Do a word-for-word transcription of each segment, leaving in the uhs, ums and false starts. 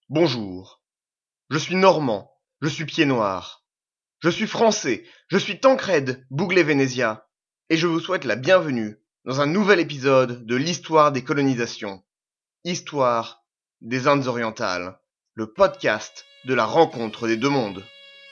Bonjour, je suis normand, je suis pied noir. Je suis français, je suis Tancred Bouglet-Venezia, et je vous souhaite la bienvenue dans un nouvel épisode de l'histoire des colonisations, Histoire des Indes orientales, le podcast de la rencontre des deux mondes.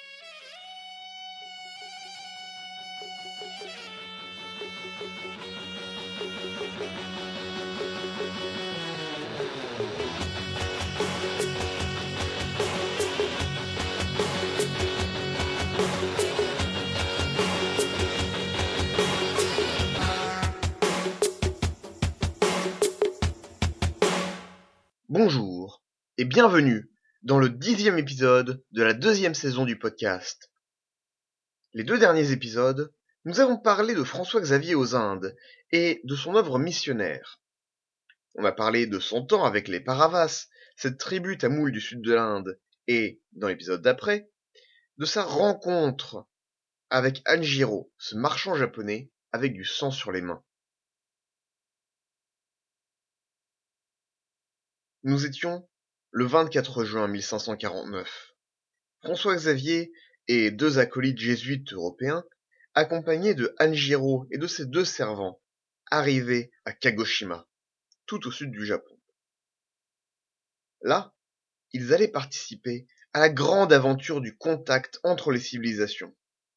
Bonjour et bienvenue dans le dixième épisode de la deuxième saison du podcast. Les deux derniers épisodes, nous avons parlé de François-Xavier aux Indes et de son œuvre missionnaire. On a parlé de son temps avec les Paravas, cette tribu tamoule du sud de l'Inde, et, dans l'épisode d'après, de sa rencontre avec Anjiro, ce marchand japonais avec du sang sur les mains. Nous étions le vingt-quatre juin mille cinq cent quarante-neuf. François-Xavier et deux acolytes jésuites européens, accompagnés de Anjiro et de ses deux servants, arrivaient à Kagoshima, tout au sud du Japon. Là, ils allaient participer à la grande aventure du contact entre les civilisations.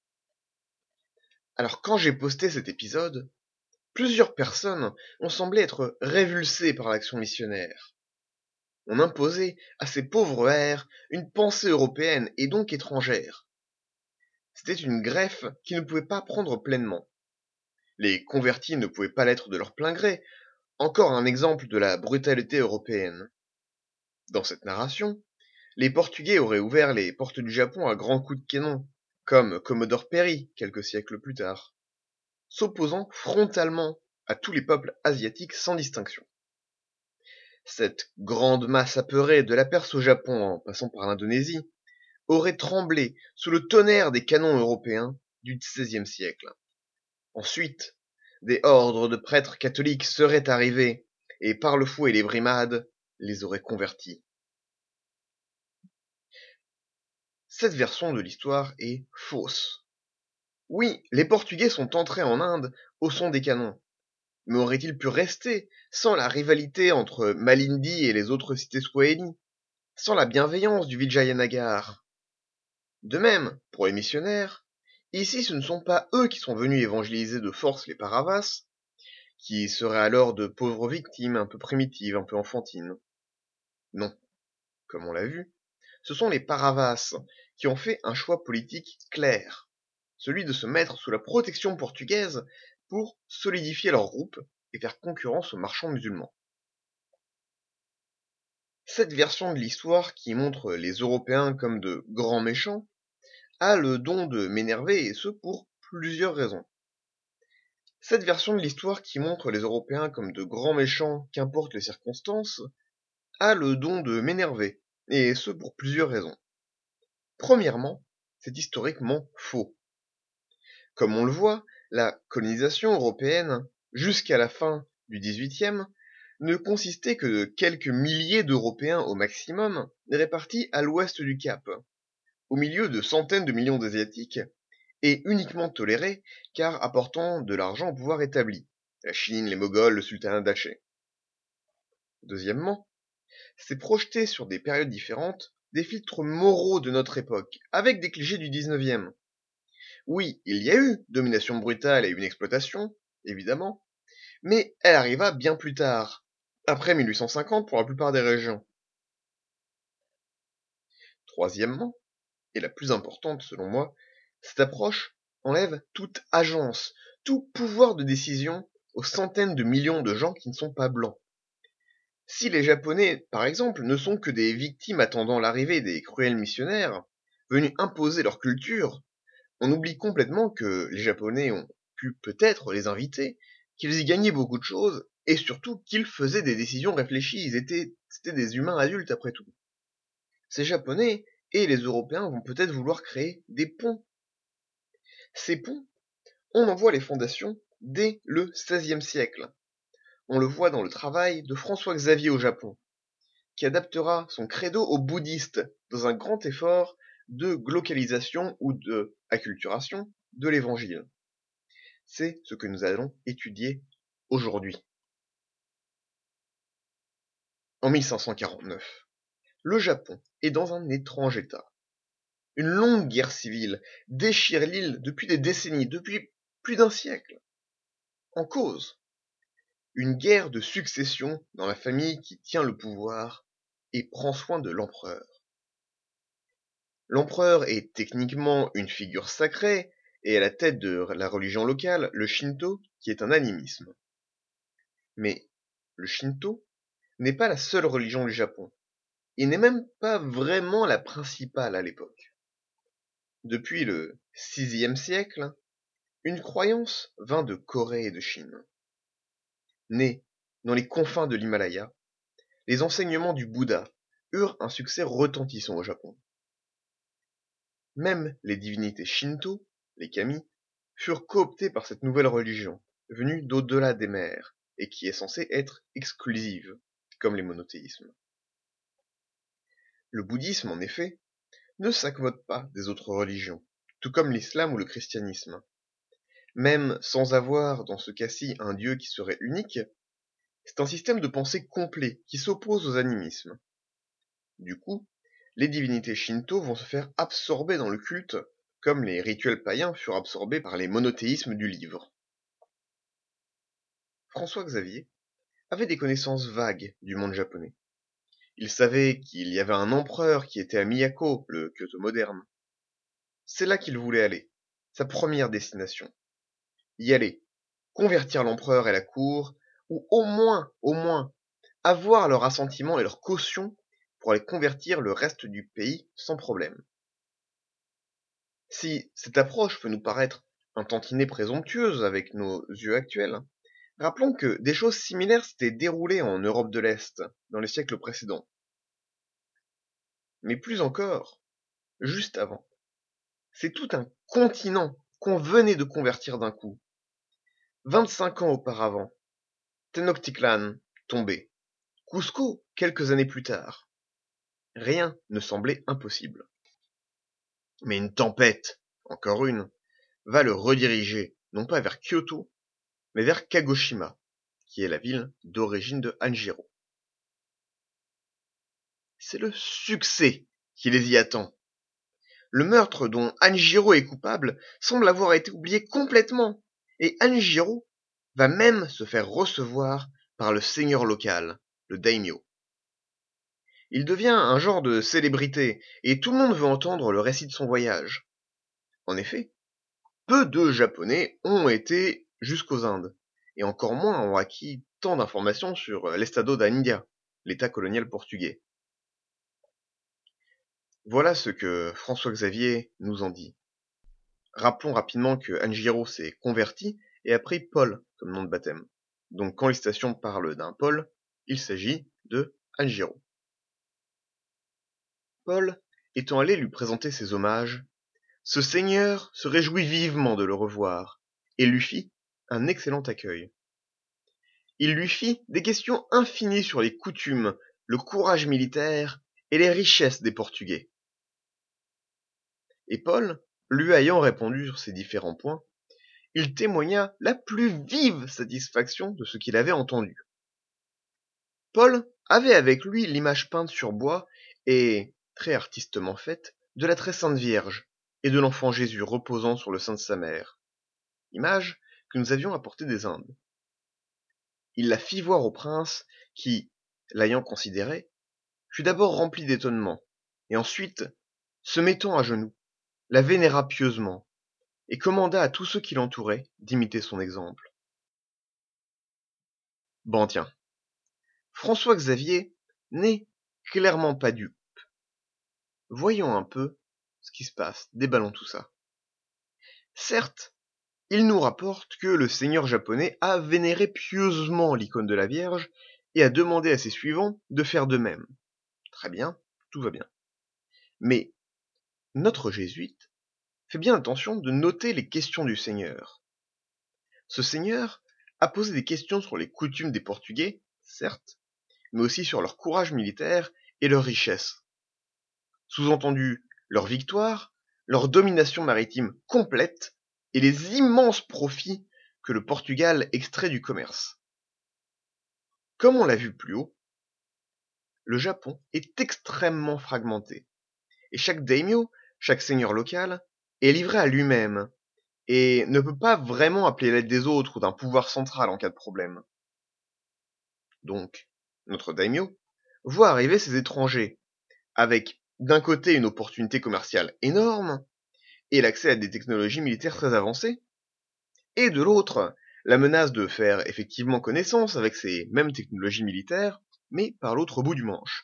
Alors quand j'ai posté cet épisode, plusieurs personnes ont semblé être révulsées par l'action missionnaire. On imposait à ces pauvres airs une pensée européenne et donc étrangère. C'était une greffe qui ne pouvait pas prendre pleinement. Les convertis ne pouvaient pas l'être de leur plein gré, encore un exemple de la brutalité européenne. Dans cette narration, les Portugais auraient ouvert les portes du Japon à grands coups de canon, comme Commodore Perry quelques siècles plus tard, s'opposant frontalement à tous les peuples asiatiques sans distinction. Cette grande masse apeurée de la Perse au Japon en passant par l'Indonésie aurait tremblé sous le tonnerre des canons européens du seizième siècle. Ensuite, des ordres de prêtres catholiques seraient arrivés et par le fouet et les brimades les auraient convertis. Cette version de l'histoire est fausse. Oui, les Portugais sont entrés en Inde au son des canons. Mais aurait-il pu rester sans la rivalité entre Malindi et les autres cités swahili, sans la bienveillance du Vijayanagar? De même, pour les missionnaires, ici ce ne sont pas eux qui sont venus évangéliser de force les Paravas, qui seraient alors de pauvres victimes un peu primitives, un peu enfantines. Non, comme on l'a vu, ce sont les Paravas qui ont fait un choix politique clair, celui de se mettre sous la protection portugaise pour solidifier leur groupe et faire concurrence aux marchands musulmans. Cette version de l'histoire qui montre les Européens comme de grands méchants a le don de m'énerver, et ce pour plusieurs raisons. Cette version de l'histoire qui montre les Européens comme de grands méchants, qu'importe les circonstances, a le don de m'énerver, et ce pour plusieurs raisons. Premièrement, c'est historiquement faux. Comme on le voit, la colonisation européenne, jusqu'à la fin du dix-huitième, ne consistait que de quelques milliers d'Européens au maximum, répartis à l'ouest du Cap, au milieu de centaines de millions d'Asiatiques, et uniquement tolérés car apportant de l'argent au pouvoir établi, la Chine, les Moghols, le sultanat d'achet. Deuxièmement, c'est projeter sur des périodes différentes des filtres moraux de notre époque, avec des clichés du dix-neuvième. Oui, il y a eu domination brutale et une exploitation, évidemment, mais elle arriva bien plus tard, après mille huit cent cinquante pour la plupart des régions. Troisièmement, et la plus importante selon moi, cette approche enlève toute agence, tout pouvoir de décision aux centaines de millions de gens qui ne sont pas blancs. Si les Japonais, par exemple, ne sont que des victimes attendant l'arrivée des cruels missionnaires, venus imposer leur culture, on oublie complètement que les Japonais ont pu peut-être les inviter, qu'ils y gagnaient beaucoup de choses, et surtout qu'ils faisaient des décisions réfléchies, ils étaient, c'était des humains adultes après tout. Ces Japonais et les Européens vont peut-être vouloir créer des ponts. Ces ponts, on en voit les fondations dès le seizième siècle. On le voit dans le travail de François-Xavier au Japon, qui adaptera son credo aux bouddhistes dans un grand effort de glocalisation ou de acculturation de l'évangile. C'est ce que nous allons étudier aujourd'hui. En mille cinq cent quarante-neuf, le Japon est dans un étrange état. Une longue guerre civile déchire l'île depuis des décennies, depuis plus d'un siècle. En cause, une guerre de succession dans la famille qui tient le pouvoir et prend soin de l'empereur. L'empereur est techniquement une figure sacrée et à la tête de la religion locale, le Shinto, qui est un animisme. Mais le Shinto n'est pas la seule religion du Japon. Il n'est même pas vraiment la principale à l'époque. Depuis le sixième siècle, une croyance vint de Corée et de Chine. Nés dans les confins de l'Himalaya, les enseignements du Bouddha eurent un succès retentissant au Japon. Même les divinités Shinto, les kami, furent cooptées par cette nouvelle religion, venue d'au-delà des mers, et qui est censée être exclusive, comme les monothéismes. Le bouddhisme, en effet, ne s'accommode pas des autres religions, tout comme l'islam ou le christianisme. Même sans avoir, dans ce cas-ci, un dieu qui serait unique, c'est un système de pensée complet qui s'oppose aux animismes. Du coup, les divinités shinto vont se faire absorber dans le culte, comme les rituels païens furent absorbés par les monothéismes du livre. François Xavier avait des connaissances vagues du monde japonais. Il savait qu'il y avait un empereur qui était à Miyako, le Kyoto moderne. C'est là qu'il voulait aller, sa première destination. Y aller, convertir l'empereur et la cour, ou au moins, au moins, avoir leur assentiment et leur caution pour aller convertir le reste du pays sans problème. Si cette approche peut nous paraître un tantinet présomptueuse avec nos yeux actuels, rappelons que des choses similaires s'étaient déroulées en Europe de l'Est dans les siècles précédents. Mais plus encore, juste avant, c'est tout un continent qu'on venait de convertir d'un coup. vingt-cinq ans auparavant, Tenochtitlan tombait. Cusco, quelques années plus tard. Rien ne semblait impossible. Mais une tempête, encore une, va le rediriger, non pas vers Kyoto, mais vers Kagoshima, qui est la ville d'origine de Hanjiro. C'est le succès qui les y attend. Le meurtre dont Hanjiro est coupable semble avoir été oublié complètement, et Hanjiro va même se faire recevoir par le seigneur local, le daimyo. Il devient un genre de célébrité, et tout le monde veut entendre le récit de son voyage. En effet, peu de Japonais ont été jusqu'aux Indes, et encore moins ont acquis tant d'informations sur l'Estado da Índia, l'État colonial portugais. Voilà ce que François Xavier nous en dit. Rappelons rapidement que Hanjiro s'est converti et a pris Paul comme nom de baptême. Donc quand les citations parlent d'un Paul, il s'agit de Hanjiro. Paul étant allé lui présenter ses hommages, ce seigneur se réjouit vivement de le revoir et lui fit un excellent accueil. Il lui fit des questions infinies sur les coutumes, le courage militaire et les richesses des Portugais. Et Paul, lui ayant répondu sur ces différents points, il témoigna la plus vive satisfaction de ce qu'il avait entendu. Paul avait avec lui l'image peinte sur bois et, très artistement faite, de la très sainte Vierge et de l'enfant Jésus reposant sur le sein de sa mère, image que nous avions apportée des Indes. Il la fit voir au prince qui, l'ayant considérée, fut d'abord rempli d'étonnement, et ensuite, se mettant à genoux, la vénéra pieusement, et commanda à tous ceux qui l'entouraient d'imiter son exemple. Bon tiens, François Xavier n'est clairement pas dupe. Voyons un peu ce qui se passe, déballons tout ça. Certes, il nous rapporte que le seigneur japonais a vénéré pieusement l'icône de la Vierge et a demandé à ses suivants de faire de même. Très bien, tout va bien. Mais notre jésuite fait bien attention de noter les questions du seigneur. Ce seigneur a posé des questions sur les coutumes des Portugais, certes, mais aussi sur leur courage militaire et leur richesse. Sous-entendu, leur victoire, leur domination maritime complète et les immenses profits que le Portugal extrait du commerce. Comme on l'a vu plus haut, le Japon est extrêmement fragmenté, et chaque daimyo, chaque seigneur local, est livré à lui-même, et ne peut pas vraiment appeler l'aide des autres ou d'un pouvoir central en cas de problème. Donc, notre daimyo voit arriver ces étrangers, avec d'un côté une opportunité commerciale énorme, et l'accès à des technologies militaires très avancées, et de l'autre, la menace de faire effectivement connaissance avec ces mêmes technologies militaires, mais par l'autre bout du manche.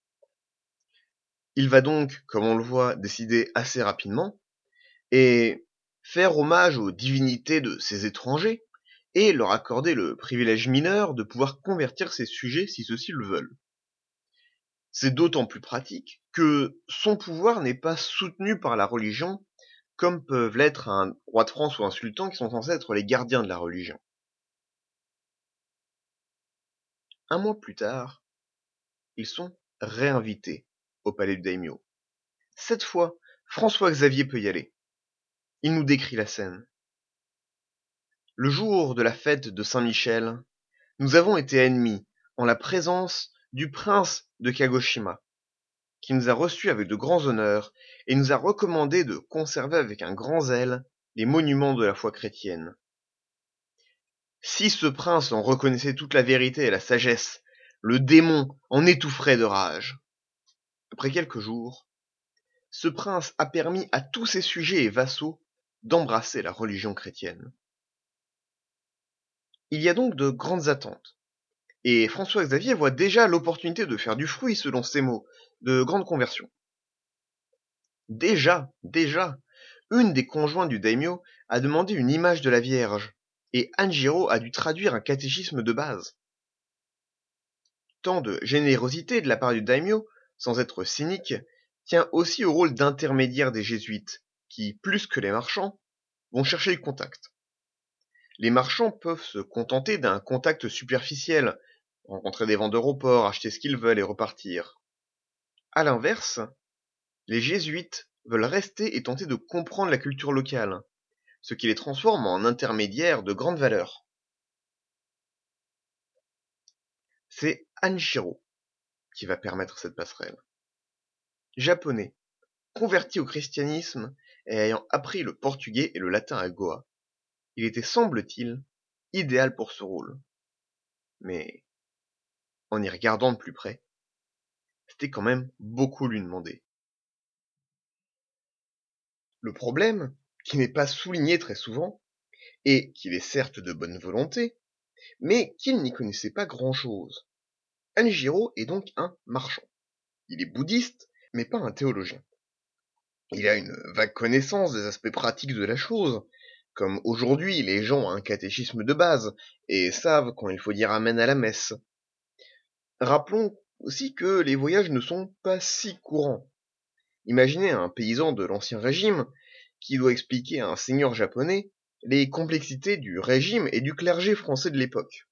Il va donc, comme on le voit, décider assez rapidement, et faire hommage aux divinités de ces étrangers, et leur accorder le privilège mineur de pouvoir convertir ces sujets si ceux-ci le veulent. C'est d'autant plus pratique que son pouvoir n'est pas soutenu par la religion, comme peuvent l'être un roi de France ou un sultan qui sont censés être les gardiens de la religion. Un mois plus tard, ils sont réinvités au palais du daimyo. Cette fois, François-Xavier peut y aller. Il nous décrit la scène. Le jour de la fête de Saint-Michel, nous avons été ennemis en la présence du prince de Kagoshima, qui nous a reçus avec de grands honneurs et nous a recommandé de conserver avec un grand zèle les monuments de la foi chrétienne. Si ce prince en reconnaissait toute la vérité et la sagesse, le démon en étoufferait de rage. Après quelques jours, ce prince a permis à tous ses sujets et vassaux d'embrasser la religion chrétienne. Il y a donc de grandes attentes, et François-Xavier voit déjà l'opportunité de faire du fruit, selon ses mots, de grandes conversions. Déjà, déjà, une des conjointes du daimyo a demandé une image de la Vierge, et Anjiro a dû traduire un catéchisme de base. Tant de générosité de la part du daimyo, sans être cynique, tient aussi au rôle d'intermédiaire des jésuites, qui, plus que les marchands, vont chercher le contact. Les marchands peuvent se contenter d'un contact superficiel, rencontrer des vendeurs au port, acheter ce qu'ils veulent et repartir. À l'inverse, les jésuites veulent rester et tenter de comprendre la culture locale, ce qui les transforme en intermédiaires de grande valeur. C'est Anjiro qui va permettre cette passerelle. Japonais, converti au christianisme et ayant appris le portugais et le latin à Goa, il était, semble-t-il, idéal pour ce rôle. Mais, en y regardant de plus près, c'était quand même beaucoup lui demander. Le problème, qui n'est pas souligné très souvent, est qu'il est certes de bonne volonté, mais qu'il n'y connaissait pas grand-chose. Anjiro est donc un marchand. Il est bouddhiste, mais pas un théologien. Il a une vague connaissance des aspects pratiques de la chose, comme aujourd'hui les gens ont un catéchisme de base, et savent quand il faut dire amen à la messe. Rappelons aussi que les voyages ne sont pas si courants. Imaginez un paysan de l'Ancien Régime qui doit expliquer à un seigneur japonais les complexités du régime et du clergé français de l'époque.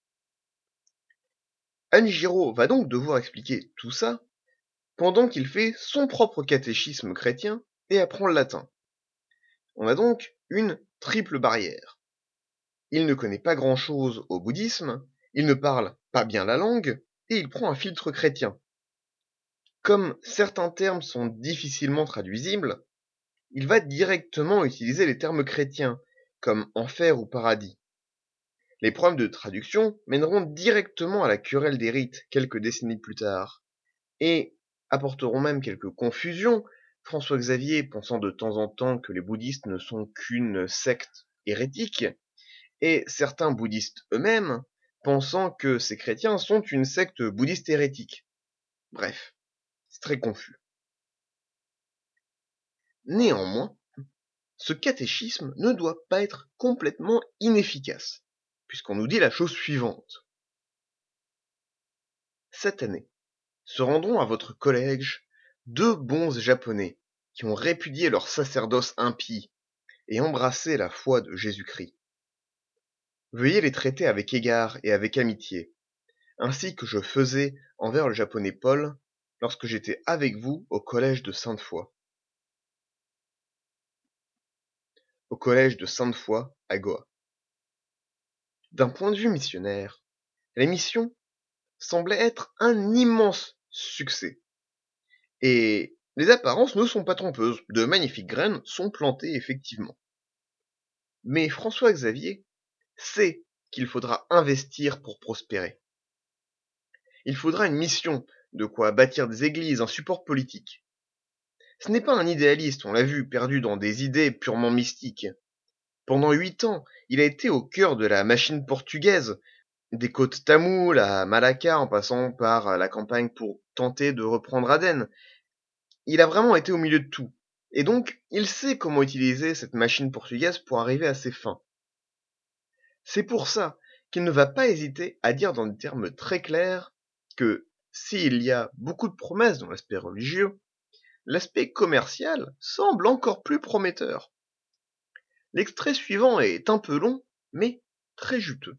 Anjiro va donc devoir expliquer tout ça pendant qu'il fait son propre catéchisme chrétien et apprend le latin. On a donc une triple barrière. Il ne connaît pas grand-chose au bouddhisme, il ne parle pas bien la langue, et il prend un filtre chrétien. Comme certains termes sont difficilement traduisibles, il va directement utiliser les termes chrétiens, comme enfer ou paradis. Les problèmes de traduction mèneront directement à la querelle des rites quelques décennies plus tard, et apporteront même quelques confusions, François-Xavier pensant de temps en temps que les bouddhistes ne sont qu'une secte hérétique, et certains bouddhistes eux-mêmes pensant que ces chrétiens sont une secte bouddhiste hérétique. Bref, c'est très confus. Néanmoins, ce catéchisme ne doit pas être complètement inefficace, puisqu'on nous dit la chose suivante. Cette année, se rendront à votre collège deux bons japonais qui ont répudié leur sacerdoce impie et embrassé la foi de Jésus-Christ. Veuillez les traiter avec égard et avec amitié, ainsi que je faisais envers le japonais Paul, lorsque j'étais avec vous au collège de Sainte-Foy. Au collège de Sainte-Foy à Goa. D'un point de vue missionnaire, la mission semblait être un immense succès. Et les apparences ne sont pas trompeuses, de magnifiques graines sont plantées effectivement. Mais François-Xavier sait qu'il faudra investir pour prospérer. Il faudra une mission, de quoi bâtir des églises, un support politique. Ce n'est pas un idéaliste, on l'a vu, perdu dans des idées purement mystiques. Pendant huit ans, il a été au cœur de la machine portugaise, des côtes tamoules à Malacca en passant par la campagne pour tenter de reprendre Aden. Il a vraiment été au milieu de tout. Et donc, il sait comment utiliser cette machine portugaise pour arriver à ses fins. C'est pour ça qu'il ne va pas hésiter à dire dans des termes très clairs que s'il y a beaucoup de promesses dans l'aspect religieux, l'aspect commercial semble encore plus prometteur. L'extrait suivant est un peu long, mais très juteux.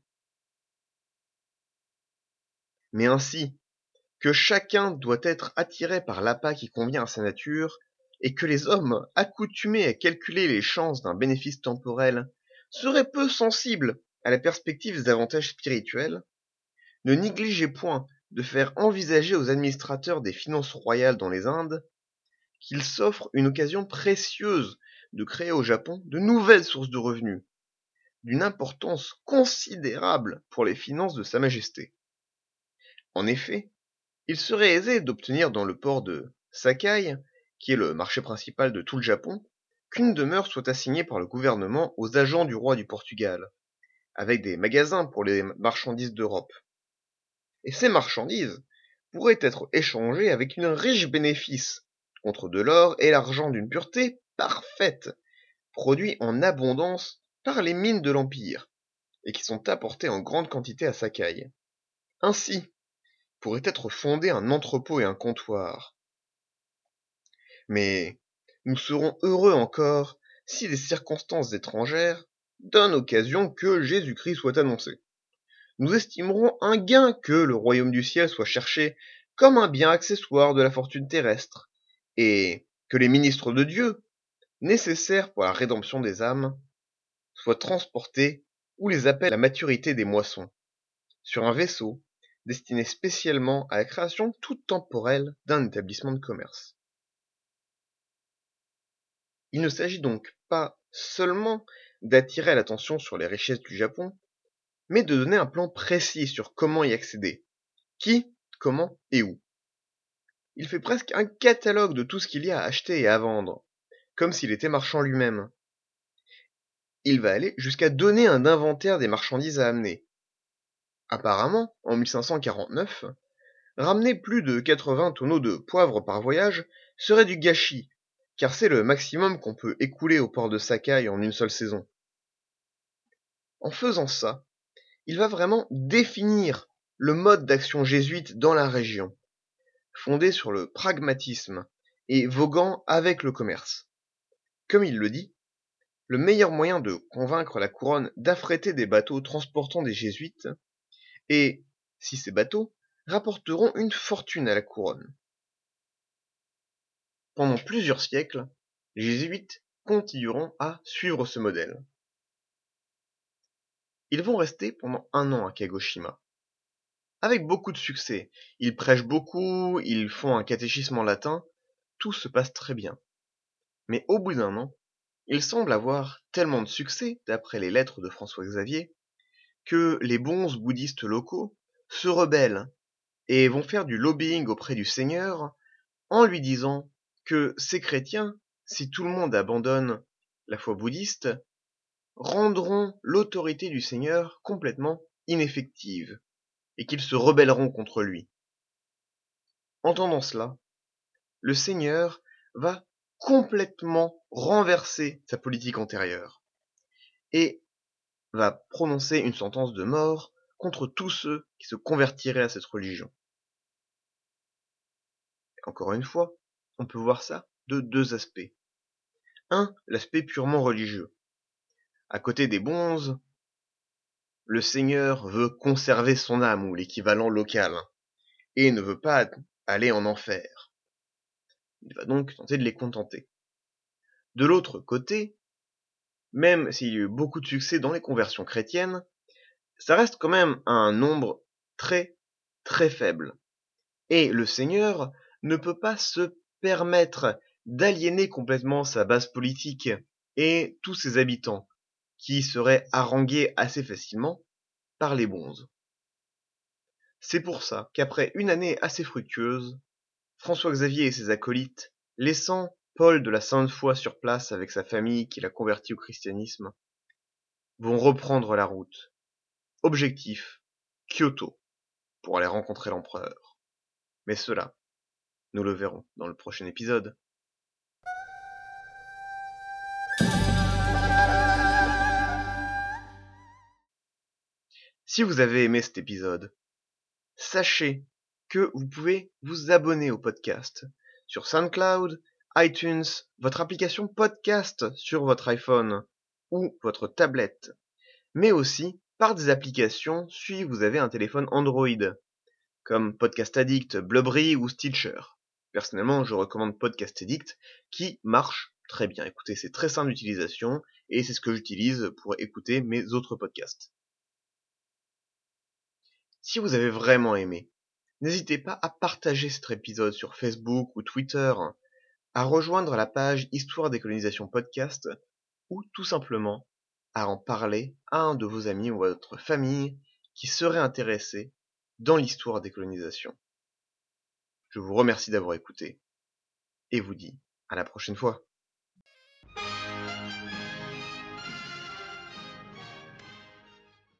Mais ainsi que chacun doit être attiré par l'appât qui convient à sa nature, et que les hommes, accoutumés à calculer les chances d'un bénéfice temporel, seraient peu sensibles à la perspective des avantages spirituels, ne négligez point de faire envisager aux administrateurs des finances royales dans les Indes qu'il s'offre une occasion précieuse de créer au Japon de nouvelles sources de revenus, d'une importance considérable pour les finances de Sa Majesté. En effet, il serait aisé d'obtenir dans le port de Sakai, qui est le marché principal de tout le Japon, qu'une demeure soit assignée par le gouvernement aux agents du roi du Portugal, avec des magasins pour les marchandises d'Europe. Et ces marchandises pourraient être échangées avec une riche bénéfice, contre de l'or et l'argent d'une pureté parfaite, produits en abondance par les mines de l'Empire, et qui sont apportés en grande quantité à Sakai. Ainsi, pourrait être fondé un entrepôt et un comptoir. Mais nous serons heureux encore si les circonstances étrangères donnent occasion que Jésus-Christ soit annoncé. Nous estimerons un gain que le royaume du ciel soit cherché comme un bien accessoire de la fortune terrestre, et que les ministres de Dieu, nécessaires pour la rédemption des âmes, soient transportés où les appelle la maturité des moissons, sur un vaisseau destiné spécialement à la création toute temporelle d'un établissement de commerce. Il ne s'agit donc pas seulement d'attirer l'attention sur les richesses du Japon, mais de donner un plan précis sur comment y accéder, qui, comment et où. Il fait presque un catalogue de tout ce qu'il y a à acheter et à vendre, comme s'il était marchand lui-même. Il va aller jusqu'à donner un inventaire des marchandises à amener. Apparemment, en mille cinq cent quarante-neuf, ramener plus de quatre-vingts tonneaux de poivre par voyage serait du gâchis, car c'est le maximum qu'on peut écouler au port de Sakai en une seule saison. En faisant ça, il va vraiment définir le mode d'action jésuite dans la région, fondé sur le pragmatisme et voguant avec le commerce. Comme il le dit, le meilleur moyen de convaincre la couronne d'affréter des bateaux transportant des jésuites est, si ces bateaux rapporteront une fortune à la couronne. Pendant plusieurs siècles, les jésuites continueront à suivre ce modèle. Ils vont rester pendant un an à Kagoshima, avec beaucoup de succès. Ils prêchent beaucoup, ils font un catéchisme en latin, tout se passe très bien. Mais au bout d'un an, ils semblent avoir tellement de succès, d'après les lettres de François-Xavier, que les bons bouddhistes locaux se rebellent et vont faire du lobbying auprès du Seigneur en lui disant que ces chrétiens, si tout le monde abandonne la foi bouddhiste, rendront l'autorité du Seigneur complètement ineffective et qu'ils se rebelleront contre lui. Entendant cela, le Seigneur va complètement renverser sa politique antérieure et va prononcer une sentence de mort contre tous ceux qui se convertiraient à cette religion. Encore une fois, on peut voir ça de deux aspects. Un, l'aspect purement religieux. À côté des bonzes, le Seigneur veut conserver son âme, ou l'équivalent local, et ne veut pas aller en enfer. Il va donc tenter de les contenter. De l'autre côté, même s'il y a eu beaucoup de succès dans les conversions chrétiennes, ça reste quand même un nombre très très faible. Et le Seigneur ne peut pas se permettre d'aliéner complètement sa base politique et tous ses habitants, qui seraient harangués assez facilement par les bonzes. C'est pour ça qu'après une année assez fructueuse, François-Xavier et ses acolytes, laissant Paul de la Sainte Foi sur place avec sa famille qui l'a converti au christianisme, vont reprendre la route. Objectif, Kyoto, pour aller rencontrer l'empereur. Mais cela, nous le verrons dans le prochain épisode. Si vous avez aimé cet épisode, sachez que vous pouvez vous abonner au podcast sur SoundCloud, iTunes, votre application podcast sur votre iPhone ou votre tablette, mais aussi par des applications si vous avez un téléphone Android, comme Podcast Addict, Blubbery ou Stitcher. Personnellement, je recommande Podcast Addict qui marche très bien. Écoutez, c'est très simple d'utilisation et c'est ce que j'utilise pour écouter mes autres podcasts. Si vous avez vraiment aimé, n'hésitez pas à partager cet épisode sur Facebook ou Twitter, à rejoindre la page Histoire des colonisations podcast ou tout simplement à en parler à un de vos amis ou à votre famille qui serait intéressé dans l'histoire des colonisations. Je vous remercie d'avoir écouté et vous dis à la prochaine fois.